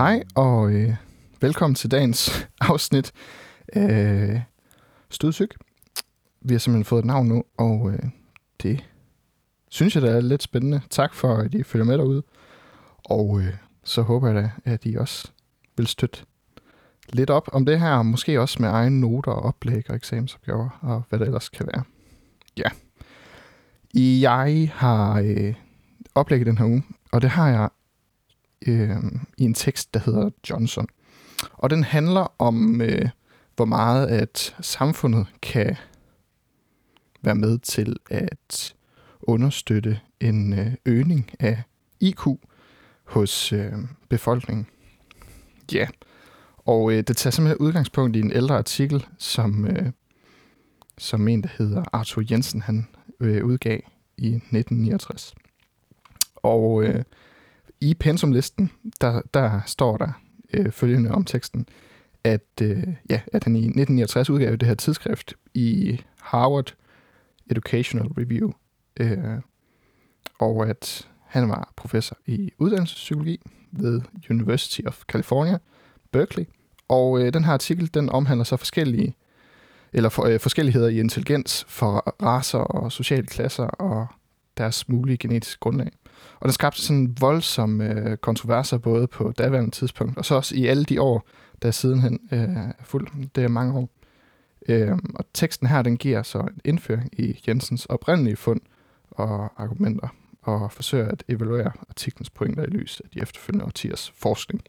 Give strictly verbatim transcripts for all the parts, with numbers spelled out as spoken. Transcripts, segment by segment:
Hej og øh, velkommen til dagens afsnit af Stødsyg. Vi har simpelthen fået et navn nu, og øh, det synes jeg, der er lidt spændende. Tak for, at I følger med derude. Og øh, så håber jeg da, at I også vil støtte lidt op om det her, måske også med egne noter og oplæg og eksamensopgaver, og hvad det ellers kan være. Ja. Jeg har øh, oplægget den her uge, og det har jeg øh, i en tekst, der hedder Johnson. Og den handler om, øh, hvor meget at samfundet kan være med til at understøtte en øh, øgning af I Q hos øh, befolkningen. Ja, yeah. Og øh, det tager simpelthen udgangspunkt i en ældre artikel, som, øh, som en, der hedder Arthur Jensen, han øh, udgav i nitten niogtres. Og øh, i pensumlisten, der, der står der øh, følgende om teksten, at, øh, ja, at han i nitten niogtres udgav det her tidsskrift i Harvard Educational Review, øh, og at han var professor i uddannelsespsykologi ved University of California, Berkeley. Og øh, den her artikel, den omhandler så forskellige eller for, øh, forskelligheder i intelligens for racer og sociale klasser og deres mulige genetiske grundlag. Og den skabte sådan voldsomme øh, kontroverser både på daværende tidspunkt, og så også i alle de år, der sidenhen øh, er fuldt. Det er mange år. Øh, og teksten her, den giver så en indføring i Jensens oprindelige fund og argumenter, og forsøger at evaluere artiklens pointer i lys af de efterfølgende årtiers forskning.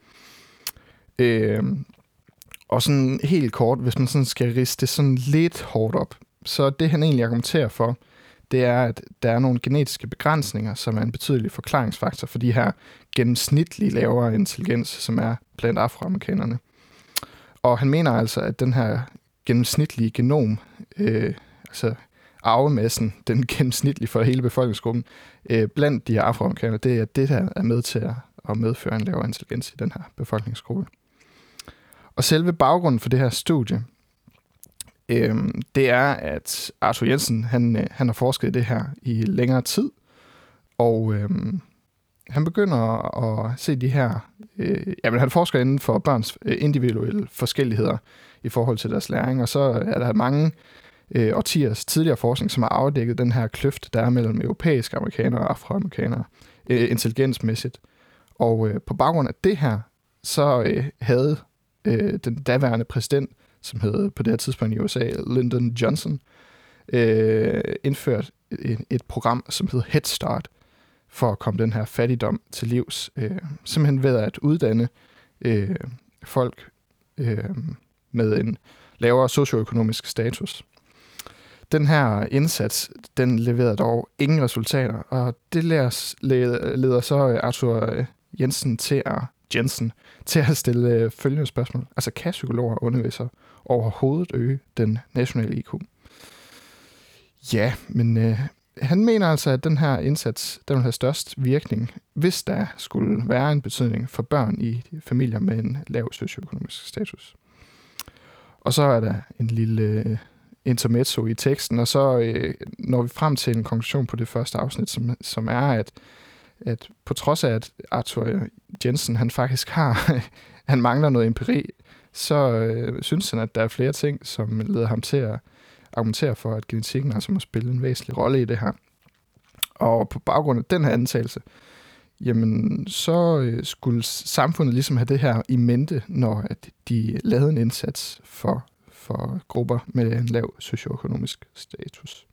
Øh, og sådan helt kort, hvis man sådan skal riste det sådan lidt hårdt op, så det han egentlig argumenterer for, det er, at der er nogle genetiske begrænsninger, som er en betydelig forklaringsfaktor for de her gennemsnitlige lavere intelligens, som er blandt afroamerikanerne. Og han mener altså, at den her gennemsnitlige genom, øh, altså arvemassen, den gennemsnitlige for hele befolkningsgruppen, øh, blandt de her afroamerikanere, det er det, der er med til at, at medføre en lavere intelligens i den her befolkningsgruppe. Og selve baggrunden for det her studie, Øhm, det er, at Arthur Jensen, han, øh, han har forsket i det her i længere tid, og øhm, han begynder at se de her, øh, jamen han forsker inden for børns øh, individuelle forskelligheder i forhold til deres læring, og så er der mange øh, årtiers tidligere forskning, som har afdækket den her kløft, der er mellem europæiske amerikanere og afroamerikanere, øh, intelligensmæssigt. Og øh, på baggrund af det her, så øh, havde øh, den daværende præsident, som hed på det her tidspunkt i U S A, Lyndon Johnson, øh, indført et, et program, som hed Head Start, for at komme den her fattigdom til livs. Øh, simpelthen ved at uddanne øh, folk øh, med en lavere socioøkonomisk status. Den her indsats, den leverede dog ingen resultater, og det leder, leder så Arthur Jensen til at Jensen til at stille følgende spørgsmål. Altså, kan psykologer og undervisere overhovedet øge den nationale I Q? Ja, men øh, han mener altså, at den her indsats, den vil have størst virkning, hvis der skulle være en betydning for børn i familier med en lav socioøkonomisk status. Og så er der en lille øh, intermezzo i teksten, og så øh, når vi frem til en konklusion på det første afsnit, som, som er, at at på trods af, at Arthur Jensen, han faktisk har, han mangler noget empiri, så øh, synes han, at der er flere ting, som leder ham til at argumentere for, at genetikken altså må spille en væsentlig rolle i det her. Og på baggrund af den her antagelse, jamen, så øh, skulle samfundet ligesom have det her i mente, når at de lavede en indsats for, for grupper med en lav socioøkonomisk status.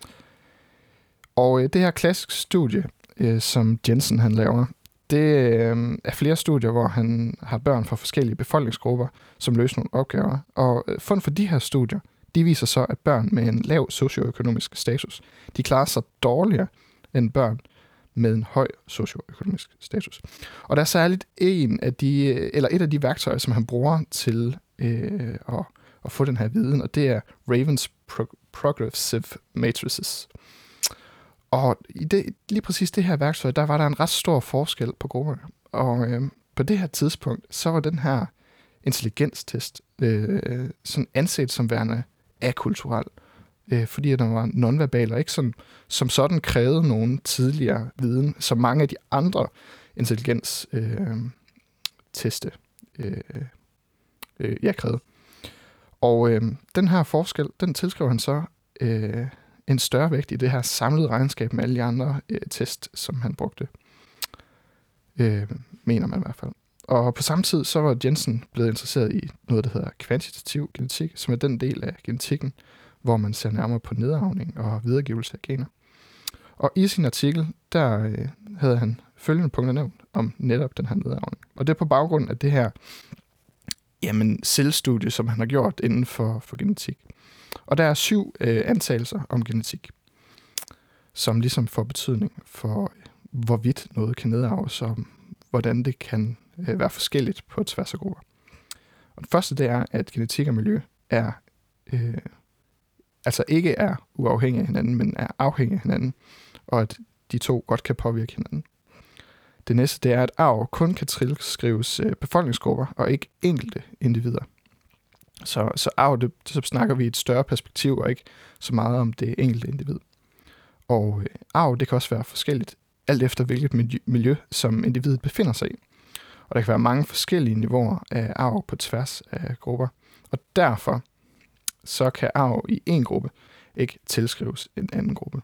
Og øh, det her klassisk studie, som Jensen han laver, det øh, er flere studier, hvor han har børn fra forskellige befolkningsgrupper, som løser nogle opgaver. Og fund for de her studier, de viser så, at børn med en lav socioøkonomisk status, de klarer sig dårligere end børn med en høj socioøkonomisk status. Og der er særligt en af de, eller et af de værktøjer, som han bruger til øh, at, at få den her viden, og det er Ravens Pro- Progressive Matrices. Og i det, lige præcis det her værktøj, der var der en ret stor forskel på grupperne. Og øh, på det her tidspunkt, så var den her intelligenstest øh, sådan anset som værende akulturel. Øh, fordi at den var nonverbal og ikke sådan, som sådan krævede nogen tidligere viden, som mange af de andre intelligens øh, teste øh, øh, ja, krævede. Og øh, den her forskel, den tilskriver han så øh, en større vægt i det her samlede regnskab med alle de andre øh, test, som han brugte. Øh, mener man i hvert fald. Og på samme tid, så var Jensen blevet interesseret i noget, der hedder kvantitativ genetik, som er den del af genetikken, hvor man ser nærmere på nedarvning og videregivelse af gener. Og i sin artikel, der øh, havde han følgende punkter nævnt om netop den her nedarvning. Og det er på baggrund af det her jamen, selvstudie, som han har gjort inden for, for genetik. Og der er syv øh, antagelser om genetik, som ligesom får betydning for, øh, hvorvidt noget kan nedarves, og hvordan det kan øh, være forskelligt på tværs af grupper. Og det første, det er, at genetik og miljø er, øh, altså ikke er uafhængige af hinanden, men er afhængige af hinanden, og at de to godt kan påvirke hinanden. Det næste, det er, at arv kun kan tilskrives øh, befolkningsgrupper, og ikke enkelte individer. Så, så arv, det, så snakker vi i et større perspektiv, og ikke så meget om det enkelte individ. Og øh, arv, det kan også være forskelligt, alt efter hvilket miljø, miljø, som individet befinder sig i. Og der kan være mange forskellige niveauer af arv på tværs af grupper. Og derfor så kan arv i en gruppe ikke tilskrives en anden gruppe.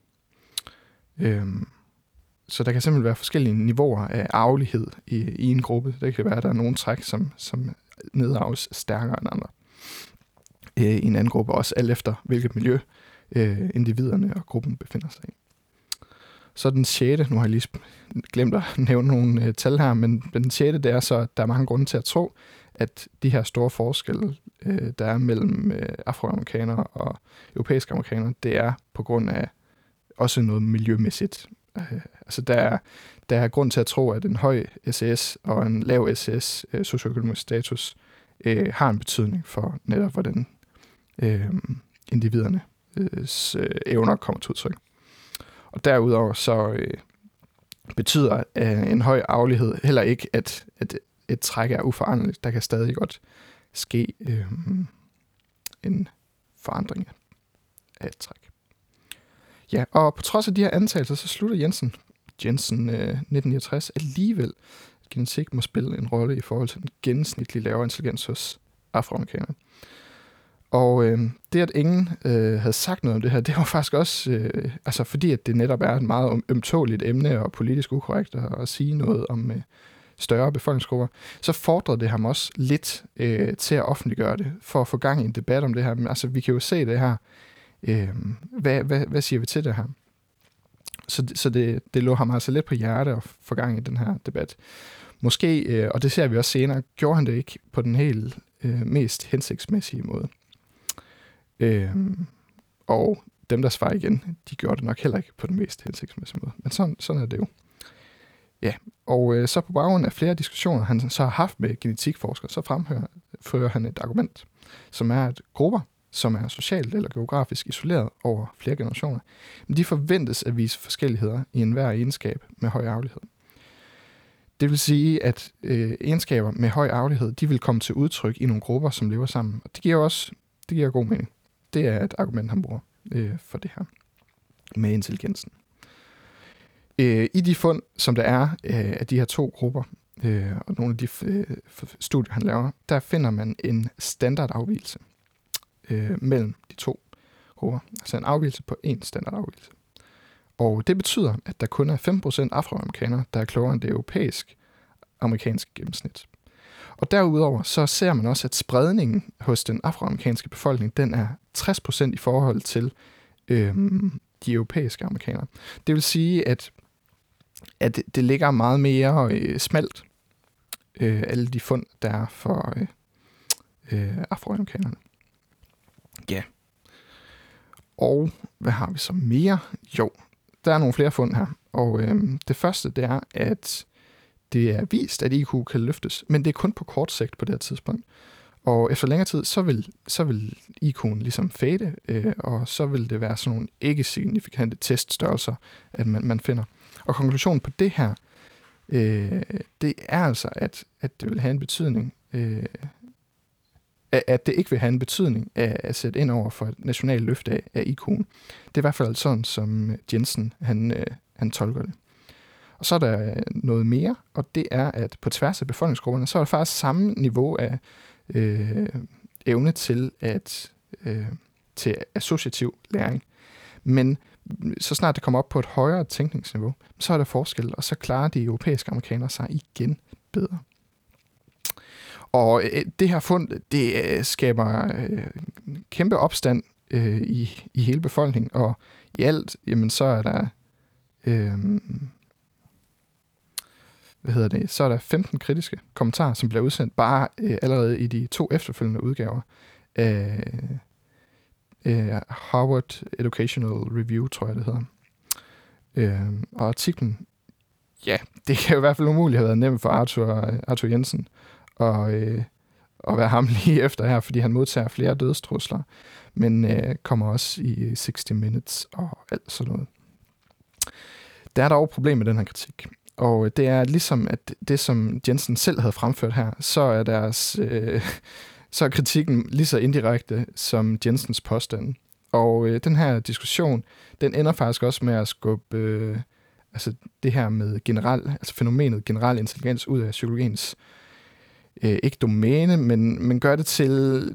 Øhm, så der kan simpelthen være forskellige niveauer af arvelighed i, i en gruppe. Det kan være, at der er nogle træk, som, som nedarves stærkere end andre. Øh, I en anden gruppe også, alt efter hvilket miljø øh, individerne og gruppen befinder sig i. Så den sjette, nu har jeg lige glemt at nævne nogle øh, tal her, men den sjette, det er så, at der er mange grunde til at tro, at de her store forskelle, øh, der er mellem øh, afroamerikanere og europæiske amerikanere, det er på grund af også noget miljømæssigt. Øh, altså der er, der er grund til at tro, at en høj S E S og en lav S E S, øh, socioøkonomisk status, øh, har en betydning for netop, hvordan øh, individernes øh, evner kommer til udtryk. Og derudover så øh, betyder øh, en høj arvelighed heller ikke, at, at et træk er uforanderligt. Der kan stadig godt ske øh, en forandring af et træk. Ja, og på trods af de her antagelser, så slutter Jensen, Jensen øh, nitten niogtres alligevel, at genetik må spille en rolle i forhold til den gennemsnitlige lavere intelligens hos afroamerikanere. Og øh, det, at ingen øh, havde sagt noget om det her, det var faktisk også, øh, altså fordi at det netop er et meget ømtåligt emne og politisk ukorrekt at, at sige noget om øh, større befolkningsgrupper, så fordrede det ham også lidt øh, til at offentliggøre det, for at få gang i en debat om det her. Men altså, vi kan jo se det her. Øh, hvad, hvad, hvad siger vi til det her? Så, så det, det lå ham altså lidt på hjerte at få gang i den her debat. Måske, øh, og det ser vi også senere, gjorde han det ikke på den helt øh, mest hensigtsmæssige måde. Øhm, og dem, der svarer igen, de gjorde det nok heller ikke på den mest hensigtsmæssige måde. Men sådan, sådan er det jo. Ja, og øh, så på baggrund af flere diskussioner, han så har haft med genetikforskere, så fremfører han et argument, som er, at grupper, som er socialt eller geografisk isoleret over flere generationer, de forventes at vise forskelligheder i enhver egenskab med høj arvelighed. Det vil sige, at øh, egenskaber med høj arvelighed, de vil komme til udtryk i nogle grupper, som lever sammen. Og det giver også det giver god mening. Det er et argument, han bruger øh, for det her med intelligensen. Øh, I de fund, som der er øh, af de her to grupper, øh, og nogle af de øh, studier, han laver, der finder man en standardafvigelse øh, mellem de to grupper. Altså en afvigelse på én standardafvigelse. Og det betyder, at der kun er fem procent afroamerikanere, der er klogere end det europæisk-amerikanske gennemsnit. Og derudover så ser man også, at spredningen hos den afroamerikanske befolkning, den er tres procent i forhold til øhm, de europæiske amerikanere. Det vil sige, at, at det ligger meget mere øh, smalt, øh, alle de fund, der er for øh, øh, afroamerikanerne. Ja. Og hvad har vi så mere? Jo, der er nogle flere fund her. Og øh, det første, det er, at det er vist, at I Q kan løftes, men det er kun på kort sigt på det her tidspunkt. Og efter længere tid, så vil, så vil I Q'en ligesom fade, øh, og så vil det være sådan nogle ikke-signifikante teststørrelser, at man, man finder. Og konklusionen på det her, øh, det er altså, at, at det vil have en betydning, øh, at det ikke vil have en betydning af at sætte ind over for et nationalt løft af, af I Q'en. Det er i hvert fald sådan, som Jensen han, øh, han tolker det. Og så er der noget mere, og det er, at på tværs af befolkningsgrupperne, så er der faktisk samme niveau af øh, evne til, at, øh, til associativ læring. Men så snart det kommer op på et højere tænkningsniveau, så er der forskel, og så klarer de europæiske amerikanere sig igen bedre. Og øh, det her fund, det øh, skaber øh, kæmpe opstand øh, i, i hele befolkningen, og i alt, jamen så er der øh, hvad hedder det, så er der femten kritiske kommentarer, som bliver udsendt bare øh, allerede i de to efterfølgende udgaver af øh, Harvard Educational Review, tror jeg det hedder. Øh, og artiklen, ja, det kan jo i hvert fald umuligt have været nemt for Arthur, Arthur Jensen og, øh, at være ham lige efter her, fordi han modtager flere dødstrusler, men øh, kommer også i sixty minutes og alt sådan noget. Der er dog et problem med den her kritik, og det er ligesom, at det, som Jensen selv havde fremført her, så er deres, øh, så er kritikken lige så indirekte som Jensens påstand. Og øh, den her diskussion, den ender faktisk også med at skubbe øh, altså det her med general, altså fænomenet generel intelligens ud af psykologiens øh, ikke domæne, men, men gør det til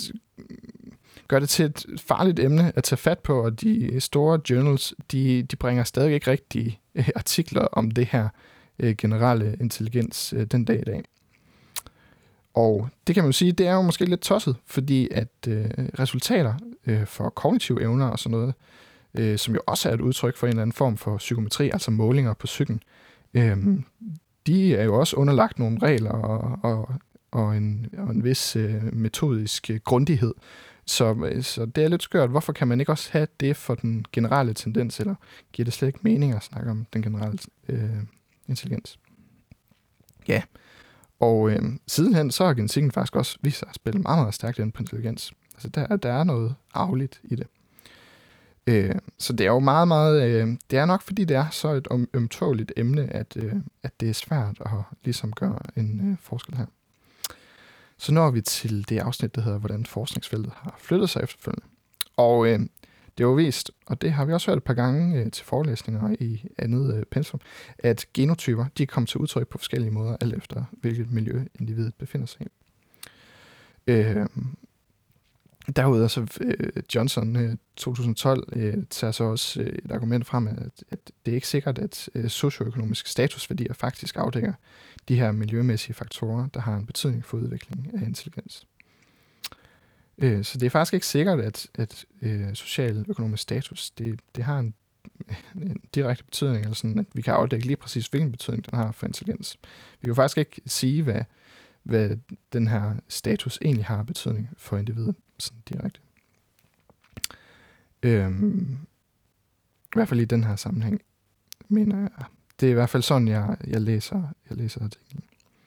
gør det til et farligt emne at tage fat på, og de store journals, de, de bringer stadig ikke rigtige øh, artikler om det her øh, generelle intelligens øh, den dag i dag. Og det kan man jo sige, det er jo måske lidt tosset, fordi at øh, resultater øh, for kognitive evner og sådan noget, øh, som jo også er et udtryk for en eller anden form for psykometri, altså målinger på psyken, øh, de er jo også underlagt nogle regler og, og, og, en, og en vis øh, metodisk øh, grundighed. Så, så det er lidt skørt. Hvorfor kan man ikke også have det for den generelle tendens, eller giver det slet ikke mening at snakke om den generelle øh, intelligens? Ja, og øh, sidenhen så har genetikken faktisk også vist sig at spille meget, meget stærkt ind på intelligens. Altså der, der er noget arveligt i det. Øh, så det er jo meget, meget... Øh, det er nok, fordi det er så et ømtåligt emne, at, øh, at det er svært at ligesom gøre en øh, forskel her. Så når vi til det afsnit, der hedder, hvordan forskningsfeltet har flyttet sig efterfølgende. Og øh, det er jo vist, og det har vi også hørt et par gange øh, til forelæsninger i andet øh, pensum, at genotyper, de kommer til udtryk på forskellige måder, alt efter hvilket miljø individet befinder sig i. Øh, derudover så øh, Johnson øh, to tusind og tolv øh, tager så også øh, et argument frem, at, at det er ikke sikkert, at øh, socioøkonomiske statusværdier faktisk afdækker de her miljømæssige faktorer, der har en betydning for udviklingen af intelligens. Øh, så det er faktisk ikke sikkert, at, at øh, social-økonomisk status, det, det har en, en direkte betydning, eller sådan, at vi kan afdække lige præcis, hvilken betydning den har for intelligens. Vi kan faktisk ikke sige, hvad, hvad den her status egentlig har betydning for individet, sådan direkte. Øhm, I hvert fald i den her sammenhæng, mener jeg. Det er i hvert fald sådan, jeg, jeg læser, jeg læser artiklen.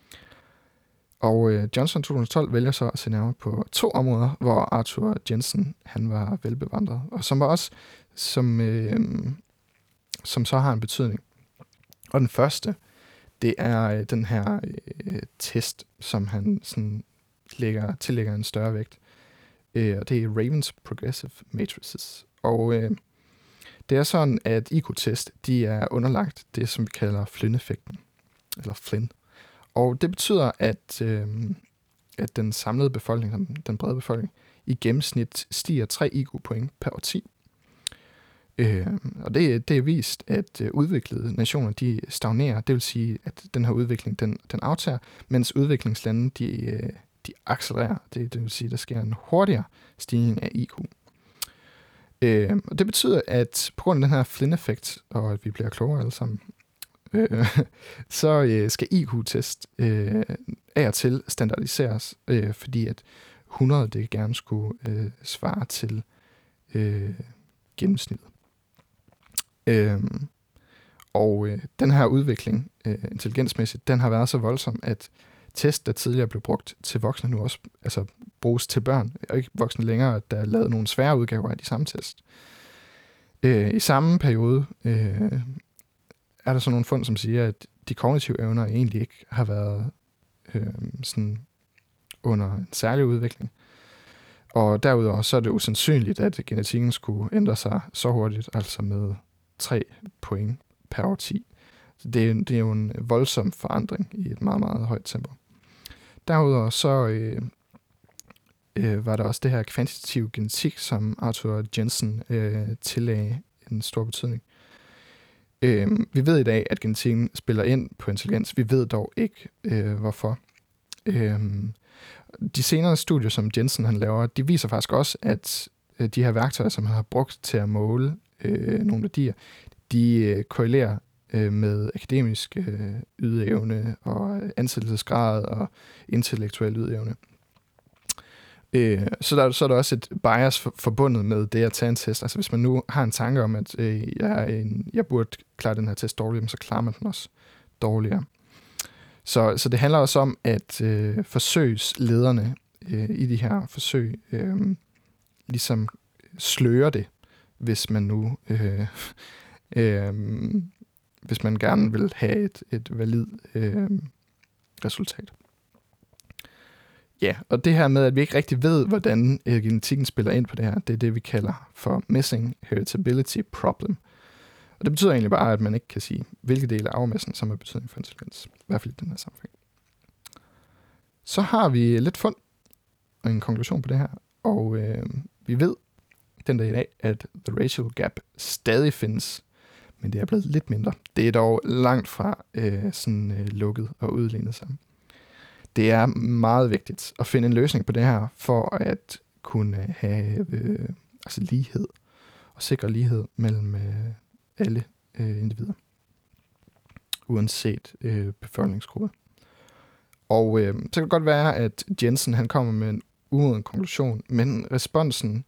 Og øh, Johnson to tusind og tolv vælger så at se nærmere på to områder, hvor Arthur Jensen han var velbevandret, og som var også, som, øh, som så har en betydning. Og den første, det er øh, den her øh, test, som han sådan lægger, tillægger en større vægt. Øh, og det er Ravens Progressive Matrices. Og øh, det er sådan, at I Q-test, de er underlagt det, som vi kalder Flynn-effekten, eller Flynn. Og det betyder, at, øh, at den samlede befolkning, den, den brede befolkning, i gennemsnit stiger tre I Q-point per årti. Øh, og det, det er vist, at øh, udviklede nationer, de stagnerer. Det vil sige, at den her udvikling, den, den aftager, mens udviklingslande, de, øh, de accelererer. Det, det vil sige, at der sker en hurtigere stigning af I Q. Øh, og det betyder, at på grund af den her Flynn-effekt, og at vi bliver klogere alle sammen, øh, så øh, skal I Q-test øh, af og til standardiseres, øh, fordi at hundrede det gerne skulle øh, svare til øh, gennemsnittet. Øh, og øh, den her udvikling, øh, intelligensmæssigt, den har været så voldsom, at test, der tidligere blev brugt til voksne, nu også altså, bruges til børn, og ikke voksne længere, at der er lavet nogle svære udgaver af de samme test. Øh, I samme periode øh, er der så nogle fund, som siger, at de kognitive evner egentlig ikke har været øh, sådan under en særlig udvikling. Og derudover så er det usandsynligt, at genetikken skulle ændre sig så hurtigt, altså med tre point per årti. Så det, er, det er jo en voldsom forandring i et meget, meget højt tempo. Derudover så øh, øh, var der også det her kvantitativ genetik, som Arthur Jensen øh, tillagde en stor betydning. Øh, vi ved i dag, at genetikken spiller ind på intelligens. Vi ved dog ikke, øh, hvorfor. Øh, de senere studier, som Jensen han laver, de viser faktisk også, at øh, de her værktøjer, som han har brugt til at måle øh, nogle værdier, de øh, korrelerer øh, med akademisk øh, ydeevne og ansættelsesgrad og intellektuel ydeevne. Øh, så, der, så er der også et bias for, forbundet med det at tage en test. Altså hvis man nu har en tanke om, at øh, jeg, er en, jeg burde klare den her test dårligt, så klarer man den også dårligere. Så, så det handler også om, at øh, forsøgslederne øh, i de her forsøg øh, ligesom slører det, hvis man nu øh, øh, hvis man gerne vil have et, et valid øh, resultat. Ja, og det her med, at vi ikke rigtig ved, hvordan øh, genetikken spiller ind på det her, det er det, vi kalder for missing heritability problem. Og det betyder egentlig bare, at man ikke kan sige, hvilke dele af arvemassen, som er betydning for intelligens. I hvert fald i den her sammenhæng. Så har vi lidt fund og en konklusion på det her. Og øh, vi ved den dag i dag, at the racial gap stadig findes, men det er blevet lidt mindre. Det er dog langt fra øh, sådan øh, lukket og udlignet sammen. Det er meget vigtigt at finde en løsning på det her, for at kunne have øh, altså lighed og sikre lighed mellem øh, alle øh, individer, uanset øh, befolkningsgruppe. Og øh, så kan det godt være, at Jensen han kommer med en umoden konklusion, men responsen,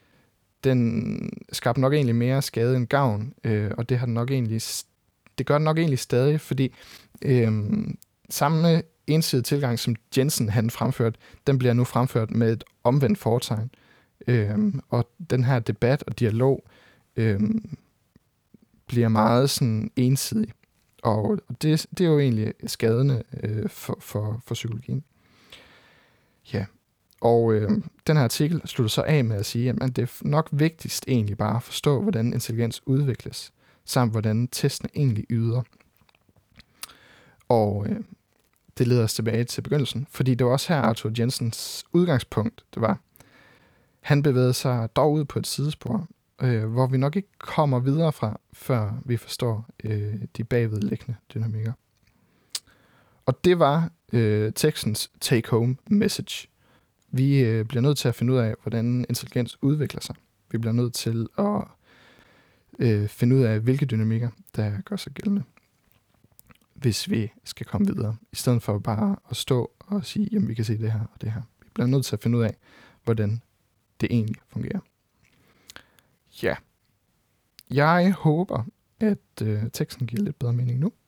den skabte nok egentlig mere skade end gavn, øh, og det har den nok egentlig, det gør den nok egentlig stadig, fordi øh, samme ensidige tilgang, som Jensen han fremført, den bliver nu fremført med et omvendt fortegn. Øhm, og den her debat og dialog øhm, bliver meget sådan ensidig. Og det, det er jo egentlig skadende øh, for, for, for psykologien. Ja, og øh, den her artikel slutter så af med at sige, at det er nok vigtigst egentlig bare at forstå, hvordan intelligens udvikles, samt hvordan testene egentlig yder. Og øh, det leder os tilbage til begyndelsen, fordi det var også her Arthur Jensens udgangspunkt, det var. Han bevægede sig dog ud på et sidespor, øh, hvor vi nok ikke kommer videre fra, før vi forstår øh, de bagvedliggende dynamikker. Og det var øh, tekstens take-home message. Vi øh, bliver nødt til at finde ud af, hvordan intelligens udvikler sig. Vi bliver nødt til at øh, finde ud af, hvilke dynamikker, der gør sig gældende, hvis vi skal komme videre, i stedet for bare at stå og sige, jamen vi kan se det her og det her. Vi bliver nødt til at finde ud af, hvordan det egentlig fungerer. Ja. Jeg håber, at øh, teksten giver lidt bedre mening nu.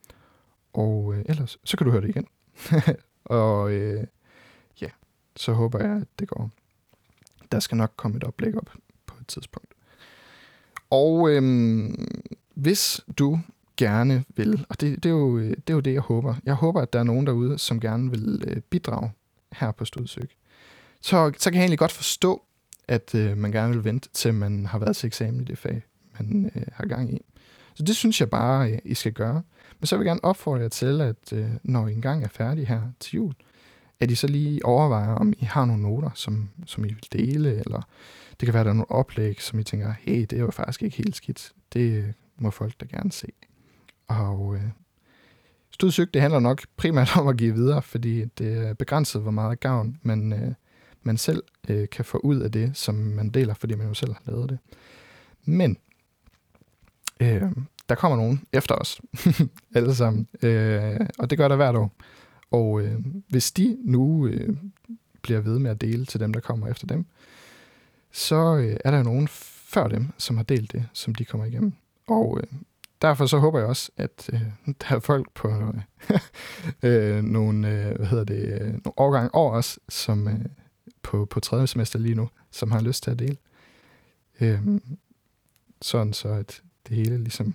Og øh, ellers, så kan du høre det igen. og øh, ja, så håber jeg, at det går. Der skal nok komme et oplæg op på et tidspunkt. Og øh, hvis du gerne vil, og det, det, er jo, det er jo det, jeg håber. Jeg håber, at der er nogen derude, som gerne vil øh, bidrage her på Studiesøg. Så, så kan jeg egentlig godt forstå, at øh, man gerne vil vente, til man har været til eksamen i det fag, man øh, har gang i. Så det synes jeg bare, øh, I skal gøre. Men så vil jeg gerne opfordre jer til, at øh, når I engang er færdige her til jul, at I så lige overvejer, om I har nogle noter, som, som I vil dele, eller det kan være, der er nogle oplæg, som I tænker, hey, det er jo faktisk ikke helt skidt. Det må folk da gerne se. Og øh, Studiesøg, det handler nok primært om at give videre, fordi det er begrænset, hvor meget gavn man, øh, man selv øh, kan få ud af det, som man deler, fordi man jo selv har lavet det. Men øh, der kommer nogen efter os, alle sammen, øh, og det gør der hvert år. Og øh, hvis de nu øh, bliver ved med at dele til dem, der kommer efter dem, så øh, er der nogen før dem, som har delt det, som de kommer igennem. Og øh, derfor så håber jeg også, at øh, der er folk på øh, nogle, øh, hvad hedder det, øh, nogle årgange over os, som øh, på, på tredje semester lige nu, som har lyst til at dele. Øh, sådan så, at det hele ligesom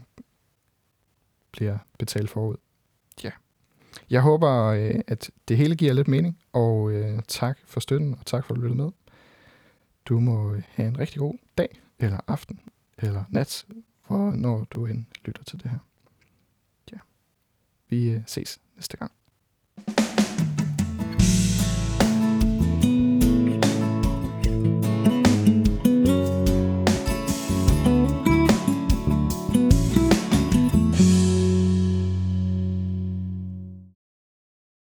bliver betalt forud. Ja. Jeg håber, øh, at det hele giver lidt mening, og øh, tak for støtten, og tak for at du lyttede med. Du må have en rigtig god dag, eller aften, eller nat, hvornår du end lytter til det her. Ja. Vi øh, ses næste gang.